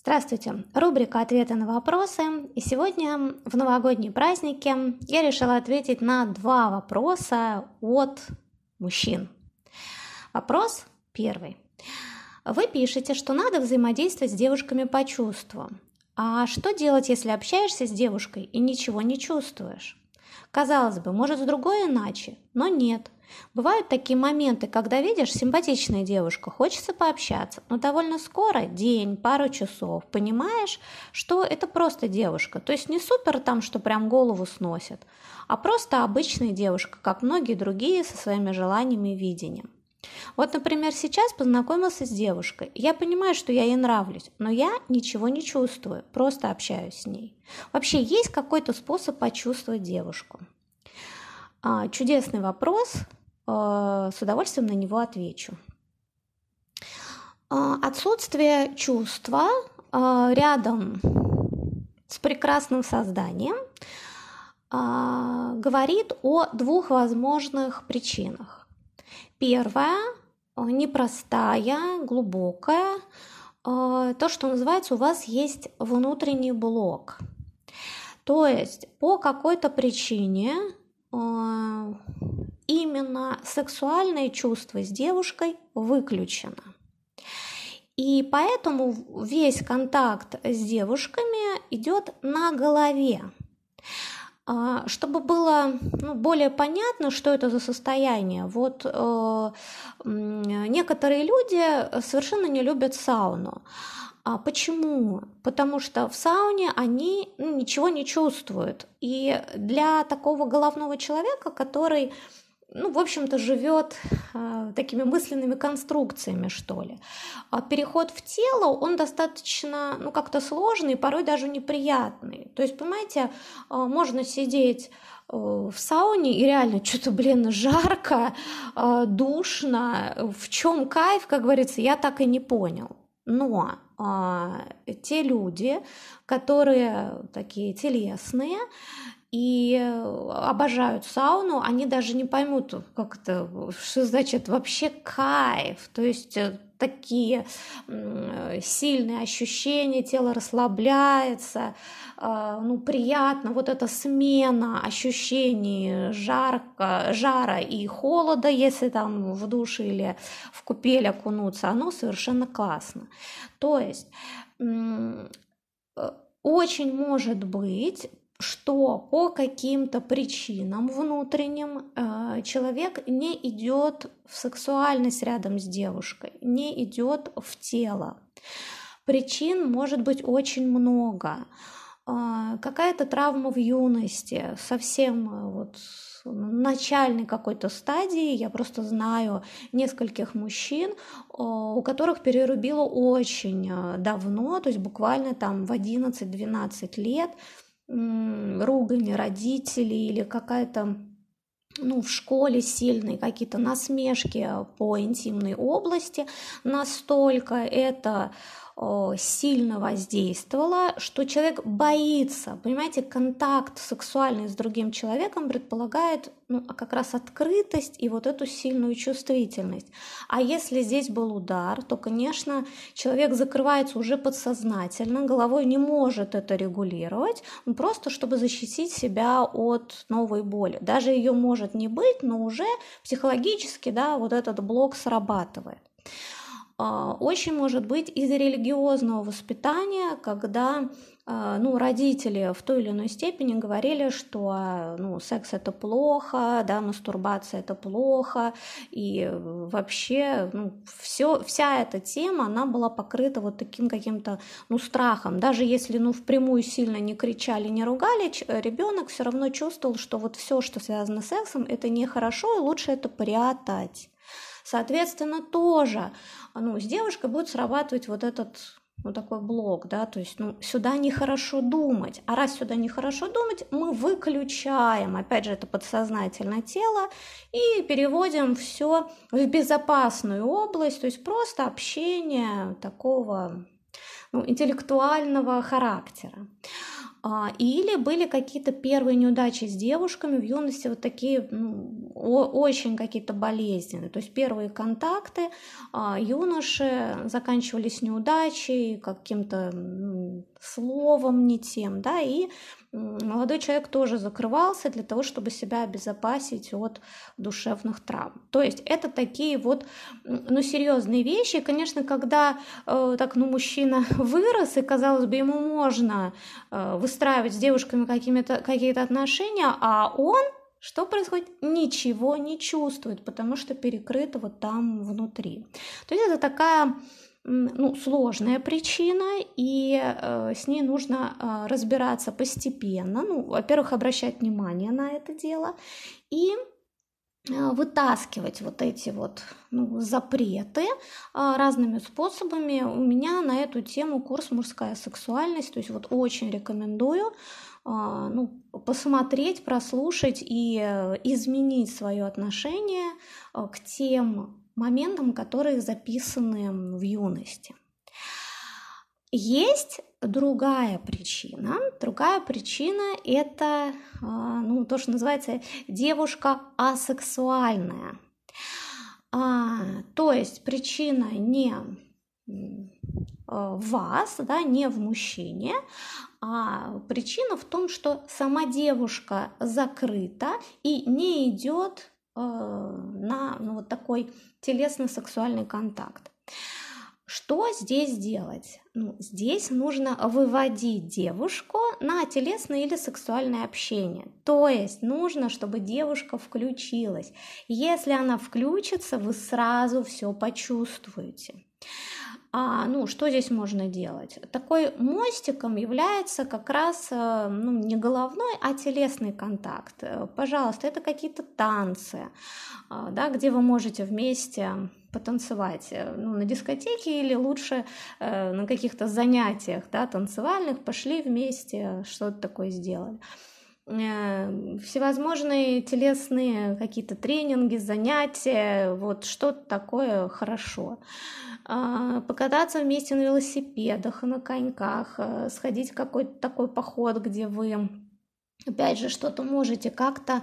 Здравствуйте! Рубрика «Ответы на вопросы». И сегодня в новогодние праздники я решила ответить на 2 вопроса от мужчин. Вопрос первый. Вы пишете, что надо взаимодействовать с девушками по чувству. А что делать, если общаешься с девушкой и ничего не чувствуешь? Казалось бы, может, с другой иначе, но нет. Бывают такие моменты, когда видишь симпатичная девушка, хочется пообщаться, но довольно скоро, день, пару часов, понимаешь, что это просто девушка. То есть не супер там, что прям голову сносит, а просто обычная девушка, как многие другие со своими желаниями и видением. Вот, например, сейчас познакомился с девушкой. Я понимаю, что я ей нравлюсь, но я ничего не чувствую, просто общаюсь с ней. Вообще есть какой-то способ почувствовать девушку? Чудесный вопрос, с удовольствием на него отвечу. Отсутствие чувства рядом с прекрасным созданием говорит о 2 возможных причинах. Первая, непростая, глубокая, то, что называется, у вас есть внутренний блок. То есть по какой-то причине именно сексуальное чувство с девушкой выключено. И поэтому весь контакт с девушками идет на голове. Чтобы было более понятно, что это за состояние, вот некоторые люди совершенно не любят сауну. Почему? Потому что в сауне они ничего не чувствуют. И для такого головного человека, который, в общем-то, живет такими мысленными конструкциями, что ли, переход в тело, он достаточно, как-то сложный, порой даже неприятный. То есть, понимаете, можно сидеть в сауне и реально что-то, жарко, душно, в чем кайф, как говорится, я так и не понял. Но те люди, которые такие телесные и обожают сауну, они даже не поймут, что значит вообще кайф. То есть такие сильные ощущения, тело расслабляется, приятно, вот эта смена ощущений жара и холода, если там в душе или в купель окунуться, оно совершенно классно. То есть очень может быть, что по каким-то причинам внутренним человек не идет в сексуальность рядом с девушкой, не идет в тело. Причин может быть очень много. Какая-то травма в юности, совсем начальной какой-то стадии. Я просто знаю нескольких мужчин, у которых перерубило очень давно, то есть буквально там в 11-12 лет, ругань родителей или какая-то в школе сильные какие-то насмешки по интимной области, настолько это сильно воздействовало, что человек боится. Понимаете, контакт сексуальный с другим человеком предполагает как раз открытость и вот эту сильную чувствительность. А если здесь был удар, то, конечно, человек закрывается уже подсознательно, головой не может это регулировать, просто чтобы защитить себя от новой боли. Даже ее может не быть, но уже психологически, вот этот блок срабатывает. Очень может быть из-за религиозного воспитания, когда родители в той или иной степени говорили, что секс это плохо, мастурбация это плохо, и вообще вся эта тема, она была покрыта вот таким каким-то страхом. Даже если впрямую сильно не кричали, не ругали, ребенок все равно чувствовал, что вот все, что связано с сексом, это нехорошо, и лучше это прятать. Соответственно, тоже с девушкой будет срабатывать вот этот такой блок, то есть сюда нехорошо думать. А раз сюда нехорошо думать, мы выключаем, опять же, это подсознательное тело и переводим все в безопасную область, то есть просто общение такого интеллектуального характера. Или были какие-то первые неудачи с девушками в юности, вот такие очень какие-то болезненные. То есть первые контакты юноши заканчивались неудачей, каким-то словом не тем, да, и молодой человек тоже закрывался для того, чтобы себя обезопасить от душевных травм. То есть это такие вот, серьезные вещи. И, конечно, когда мужчина вырос, и, казалось бы, ему можно выстраивать с девушками какие-то отношения, а он, что происходит? Ничего не чувствует, потому что перекрыто вот там внутри. То есть это такая сложная причина, и с ней нужно разбираться постепенно. Во-первых, обращать внимание на это дело и вытаскивать вот эти вот запреты разными способами. У меня на эту тему курс «Мужская сексуальность», то есть вот очень рекомендую посмотреть, прослушать и изменить свое отношение к тем моментам, которые записаны в юности. Есть другая причина. Другая причина – это то, что называется девушка асексуальная. То есть причина не в вас, да, не в мужчине, а причина в том, что сама девушка закрыта и не идет на такой телесно-сексуальный контакт. Что здесь делать? Здесь нужно выводить девушку на телесное или сексуальное общение. То есть нужно, чтобы девушка включилась. Если она включится, вы сразу все почувствуете. Что здесь можно делать? Такой мостиком является как раз не головной, а телесный контакт. Пожалуйста, это какие-то танцы, да, где вы можете вместе потанцевать на дискотеке или лучше на каких-то занятиях, да, танцевальных, пошли вместе, что-то такое сделали. Всевозможные телесные какие-то тренинги, занятия, вот что-то такое хорошо. Покататься вместе на велосипедах, на коньках, сходить в какой-то такой поход, где вы, опять же, что-то можете как-то...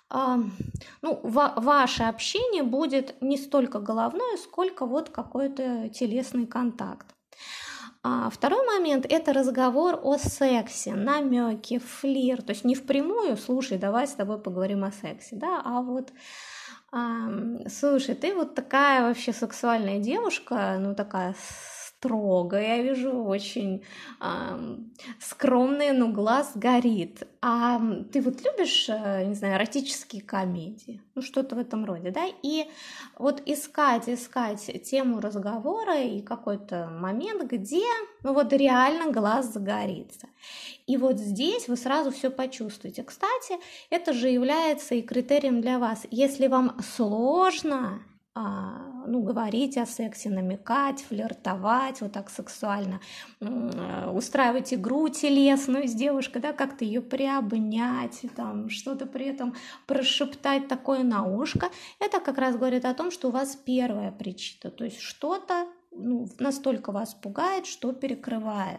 ваше общение будет не столько головное, сколько вот какой-то телесный контакт. Второй момент – это разговор о сексе, намеки, флирт, то есть не впрямую, слушай, давай с тобой поговорим о сексе, да, а вот, слушай, ты вот такая вообще сексуальная девушка, такая строгая, я вижу, очень скромная, но глаз горит. А ты вот любишь, не знаю, эротические комедии? Что-то в этом роде, да? И вот искать тему разговора и какой-то момент, где, реально глаз загорится. И вот здесь вы сразу все почувствуете. Кстати, это же является и критерием для вас. Если вам сложно говорить о сексе, намекать, флиртовать вот так сексуально, устраивать игру телесную с девушкой, да, как-то ее приобнять, там, что-то при этом прошептать такое на ушко, это как раз говорит о том, что у вас первая причина, то есть что-то настолько вас пугает, что перекрывает.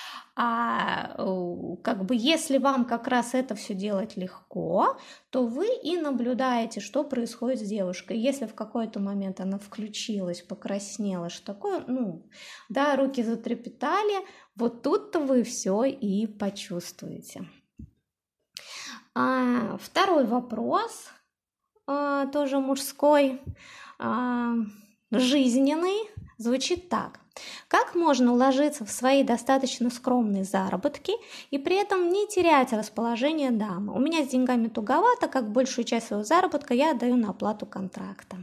Если вам как раз это все делать легко, то вы и наблюдаете, что происходит с девушкой. Если в какой-то момент она включилась, покраснела, что такое, руки затрепетали, вот тут-то вы все и почувствуете. Второй вопрос, тоже мужской, жизненный, звучит так. Как можно уложиться в свои достаточно скромные заработки и при этом не терять расположение дамы? У меня с деньгами туговато, как большую часть своего заработка я отдаю на оплату контракта.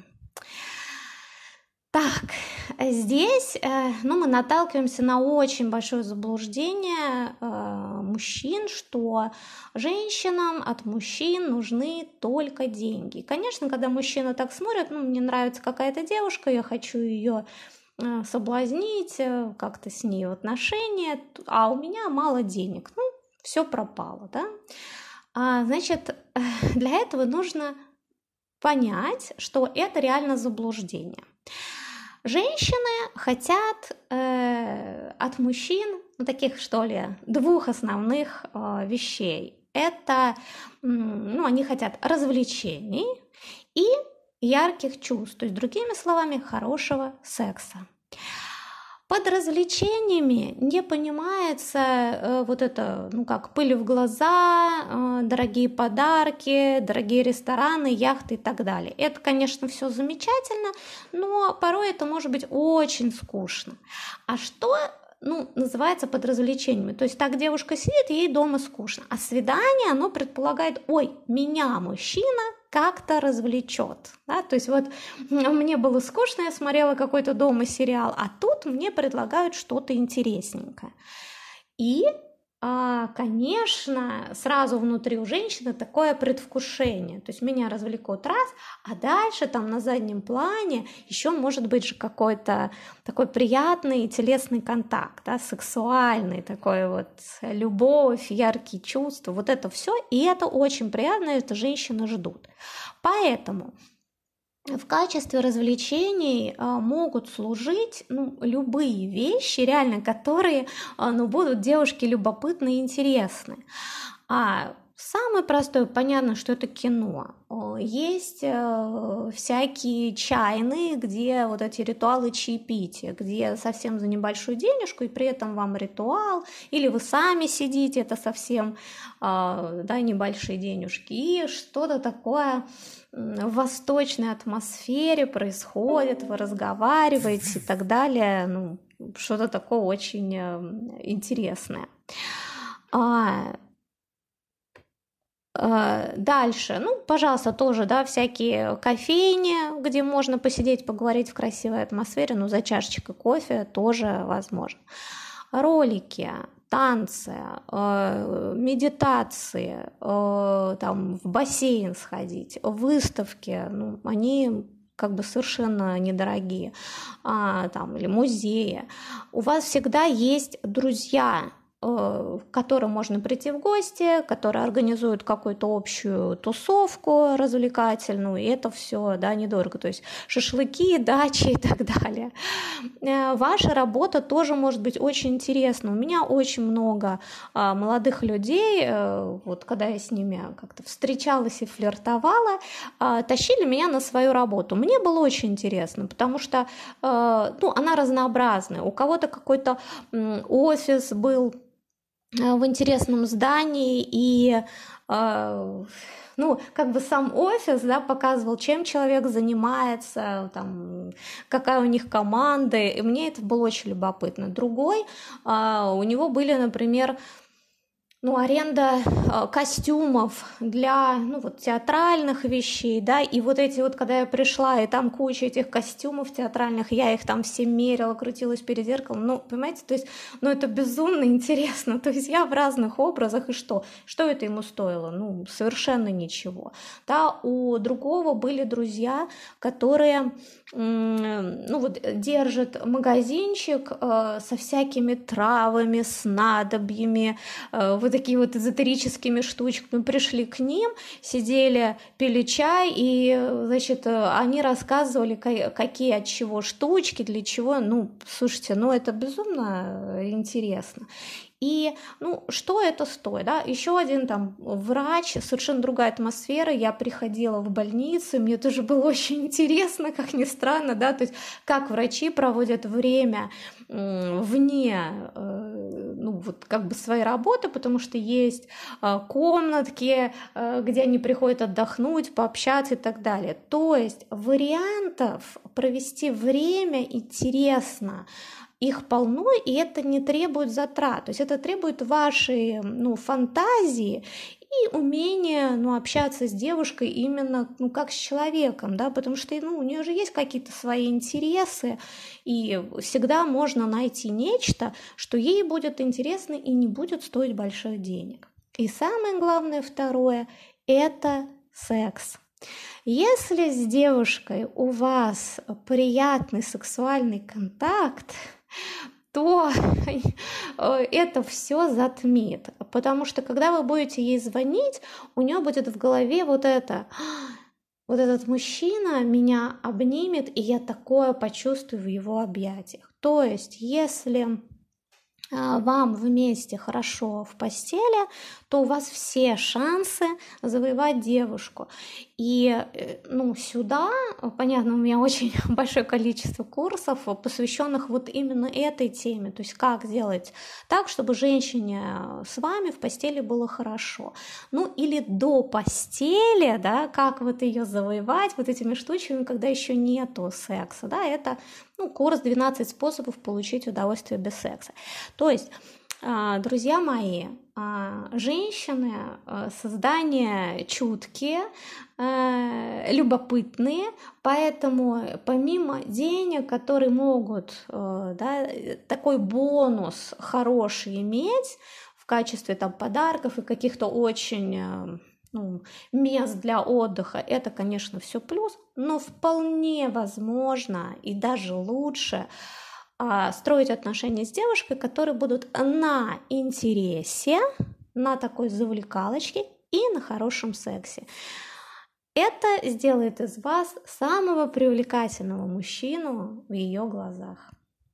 Так, здесь мы наталкиваемся на очень большое заблуждение мужчин, что женщинам от мужчин нужны только деньги. И, конечно, когда мужчина так смотрит, мне нравится какая-то девушка, я хочу ее соблазнить, как-то с ней в отношения, а у меня мало денег, все пропало, да? Значит, для этого нужно понять, что это реально заблуждение. Женщины хотят от мужчин таких, что ли, двух основных вещей. Это, они хотят развлечений и ярких чувств, то есть, другими словами, хорошего секса. Под развлечениями не понимается вот это, как пыль в глаза, дорогие подарки, дорогие рестораны, яхты и так далее. Это, конечно, все замечательно, но порой это может быть очень скучно. А что называется под развлечениями? То есть так девушка сидит, ей дома скучно. А свидание, оно предполагает, меня мужчина как-то развлечет. Да? То есть вот мне было скучно, я смотрела какой-то дома сериал, а тут мне предлагают что-то интересненькое. И, конечно, сразу внутри у женщины такое предвкушение. То есть меня развлекут раз, а дальше там на заднем плане еще может быть же какой-то такой приятный телесный контакт, да, сексуальный такой вот, любовь, яркие чувства, вот это все, и это очень приятно, это женщины ждут. Поэтому в качестве развлечений могут служить любые вещи, реально, которые будут девушке любопытны и интересны. Самое простое, понятно, что это кино. Есть всякие чайные, где вот эти ритуалы чаепития, где совсем за небольшую денежку, и при этом вам ритуал, или вы сами сидите, это совсем небольшие денежки, и что-то такое в восточной атмосфере происходит, вы разговариваете и так далее, что-то такое очень интересное. Дальше, пожалуйста, тоже, всякие кофейни, где можно посидеть, поговорить в красивой атмосфере, за чашечкой кофе тоже возможно. Ролики, танцы, медитации, в бассейн сходить, выставки, они совершенно недорогие, или музеи. У вас всегда есть друзья, к которым можно прийти в гости, которые организуют какую-то общую тусовку развлекательную, и это все, недорого, то есть шашлыки, дачи и так далее. Ваша работа тоже может быть очень интересна. У меня очень много молодых людей, вот когда я с ними как-то встречалась и флиртовала, тащили меня на свою работу. Мне было очень интересно, потому что она разнообразная. У кого-то какой-то офис был в интересном здании, и сам офис, показывал, чем человек занимается, какая у них команда, и мне это было очень любопытно. Другой, у него были, например, аренда костюмов для театральных вещей, и вот эти когда я пришла, и там куча этих костюмов театральных, я их там все мерила, крутилась перед зеркалом, понимаете, то есть, это безумно интересно, то есть я в разных образах, и что это ему стоило? Совершенно ничего. У другого были друзья, которые держат магазинчик со всякими травами, снадобьями, такие эзотерическими штучками, пришли к ним, сидели, пили чай, и, они рассказывали, какие от чего штучки, для чего, слушайте, это безумно интересно. И, что это стоит, Еще один врач, совершенно другая атмосфера, я приходила в больницу, мне тоже было очень интересно, как ни странно, то есть как врачи проводят время вне, своей работы, потому что есть комнатки, где они приходят отдохнуть, пообщаться и так далее. То есть вариантов провести время интересно, их полно, и это не требует затрат, то есть это требует вашей фантазии и умения общаться с девушкой именно как с человеком, потому что у нее же есть какие-то свои интересы, и всегда можно найти нечто, что ей будет интересно и не будет стоить больших денег. И самое главное, второе, это секс. Если с девушкой у вас приятный сексуальный контакт, то это все затмит, потому что когда вы будете ей звонить, у нее будет в голове вот этот мужчина меня обнимет, и я такое почувствую в его объятиях. То есть, если вам вместе хорошо в постели, то у вас все шансы завоевать девушку. И сюда, понятно, у меня очень большое количество курсов, посвященных вот именно этой теме, то есть как сделать так, чтобы женщине с вами в постели было хорошо. Или до постели, да, как вот ее завоевать вот этими штучками, когда еще нету секса, да, это курс 12 способов получить удовольствие без секса. То есть, друзья мои, женщины создания чуткие, любопытные, поэтому помимо денег, которые могут такой бонус хороший иметь в качестве подарков и каких-то очень мест для отдыха, это, конечно, все плюс, но вполне возможно и даже лучше строить отношения с девушкой, которые будут на интересе, на такой завлекалочке и на хорошем сексе. Это сделает из вас самого привлекательного мужчину в ее глазах.